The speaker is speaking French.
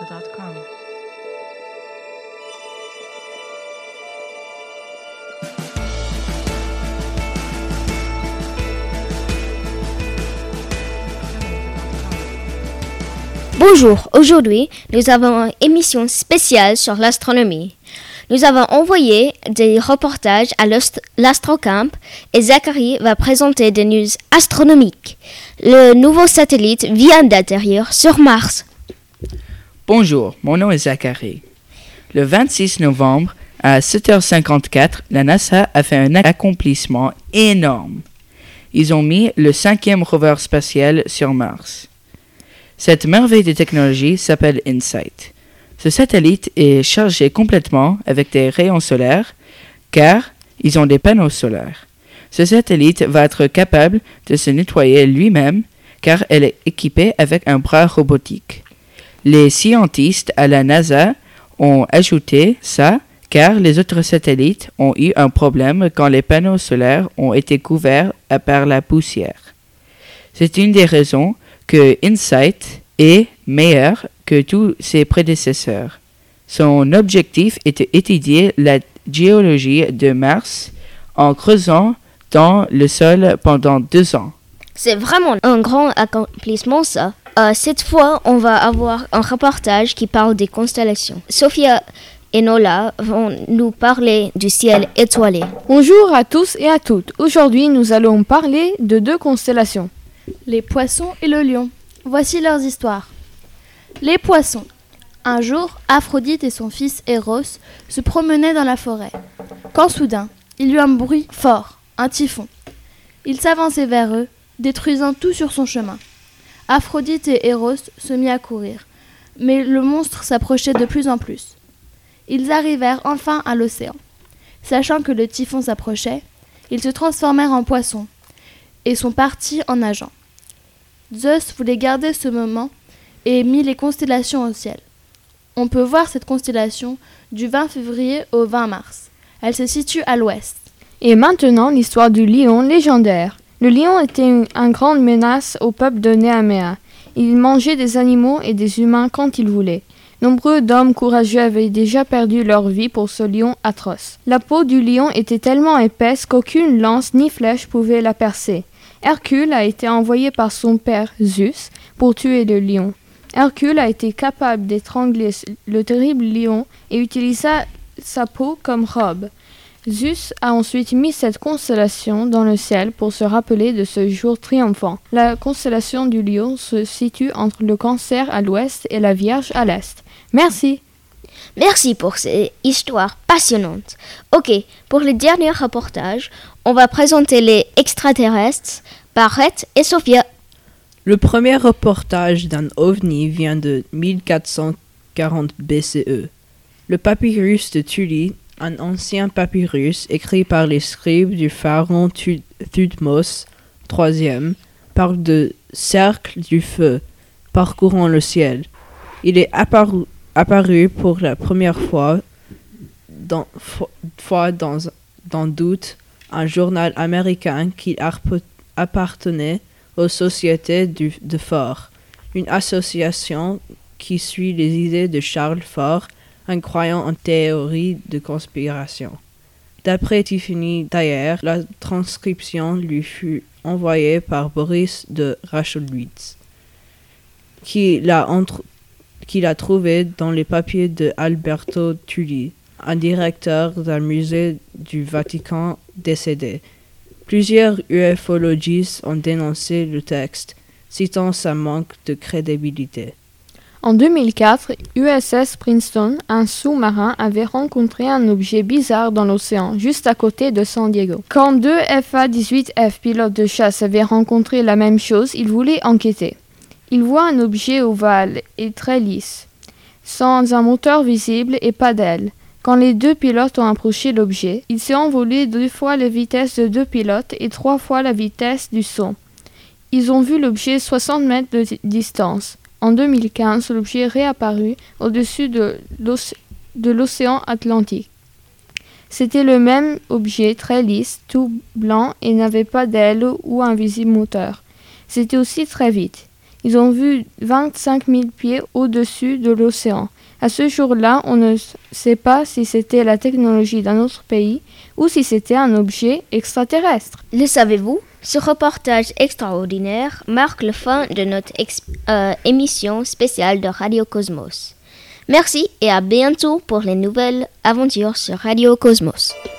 Alameda.com. Bonjour, aujourd'hui nous avons une émission spéciale sur l'astronomie. Nous avons envoyé des reportages à l'Astrocamp et Zachary va présenter des news astronomiques. Le nouveau satellite vient d'atterrir sur Mars. Bonjour, mon nom est Zachary. Le 26 novembre à 7h54, la NASA a fait un accomplissement énorme. Ils ont mis le 5e rover spatial sur Mars. Cette merveille de technologie s'appelle InSight. Ce satellite est chargé complètement avec des rayons solaires car ils ont des panneaux solaires. Ce satellite va être capable de se nettoyer lui-même car elle est équipée avec un bras robotique. Les scientifiques à la NASA ont ajouté ça car les autres satellites ont eu un problème quand les panneaux solaires ont été couverts par la poussière. C'est une des raisons que InSight est meilleur que tous ses prédécesseurs. Son objectif est d'étudier la géologie de Mars en creusant dans le sol pendant 2 ans. C'est vraiment un grand accomplissement ça. Cette fois, on va avoir un reportage qui parle des constellations. Sophia et Nola vont nous parler du ciel étoilé. Bonjour à tous et à toutes. Aujourd'hui, nous allons parler de 2 constellations. Les poissons et le lion. Voici leurs histoires. Les poissons. Un jour, Aphrodite et son fils Eros se promenaient dans la forêt. Quand soudain, il y eut un bruit fort, un typhon. Il s'avançait vers eux, détruisant tout sur son chemin. Aphrodite et Eros se mirent à courir, mais le monstre s'approchait de plus en plus. Ils arrivèrent enfin à l'océan. Sachant que le typhon s'approchait, ils se transformèrent en poissons et sont partis en nageant. Zeus voulait garder ce moment et mit les constellations au ciel. On peut voir cette constellation du 20 février au 20 mars. Elle se situe à l'ouest. Et maintenant, l'histoire du lion légendaire. Le lion était une grande menace au peuple de Néhémie. Il mangeait des animaux et des humains quand il voulait. Nombreux d'hommes courageux avaient déjà perdu leur vie pour ce lion atroce. La peau du lion était tellement épaisse qu'aucune lance ni flèche pouvait la percer. Hercule a été envoyé par son père Zeus pour tuer le lion. Hercule a été capable d'étrangler le terrible lion et utilisa sa peau comme robe. Zeus a ensuite mis cette constellation dans le ciel pour se rappeler de ce jour triomphant. La constellation du lion se situe entre le Cancer à l'ouest et la Vierge à l'est. Merci. Merci pour ces histoires passionnantes. Ok, pour le dernier reportage, on va présenter les extraterrestres par Rhett et Sophia. Le premier reportage d'un ovni vient de 1440 BCE. Le papyrus de Thuli, un ancien papyrus écrit par les scribes du pharaon Thutmose III, parle de cercle du feu parcourant le ciel. Il est apparu pour la première fois dans doute un journal américain qui appartenait aux sociétés de Ford, une association qui suit les idées de Charles Ford, un croyant en théorie de conspiration. D'après Tiffany Thayer, la transcription lui fut envoyée par Boris de Racholwitz, qui l'a trouvé dans les papiers de Alberto Tulli, un directeur d'un musée du Vatican décédé. Plusieurs ufologistes ont dénoncé le texte, citant sa manque de crédibilité. En 2004, USS Princeton, un sous-marin, avait rencontré un objet bizarre dans l'océan, juste à côté de San Diego. Quand 2 FA-18F pilotes de chasse avaient rencontré la même chose, ils voulaient enquêter. Ils voient un objet ovale et très lisse, sans un moteur visible et pas d'ailes. Quand les 2 pilotes ont approché l'objet, il s'est envolé 2 fois la vitesse de 2 pilotes et 3 fois la vitesse du son. Ils ont vu l'objet 60 mètres de distance. En 2015, l'objet réapparut au-dessus de l'océan Atlantique. C'était le même objet très lisse, tout blanc et n'avait pas d'ailes ou un visible moteur. C'était aussi très vite. Ils ont vu 25 000 pieds au-dessus de l'océan. À ce jour-là, on ne sait pas si c'était la technologie d'un autre pays ou si c'était un objet extraterrestre. Le savez-vous? Ce reportage extraordinaire marque la fin de notre émission spéciale de Radio Cosmos. Merci et à bientôt pour les nouvelles aventures sur Radio Cosmos.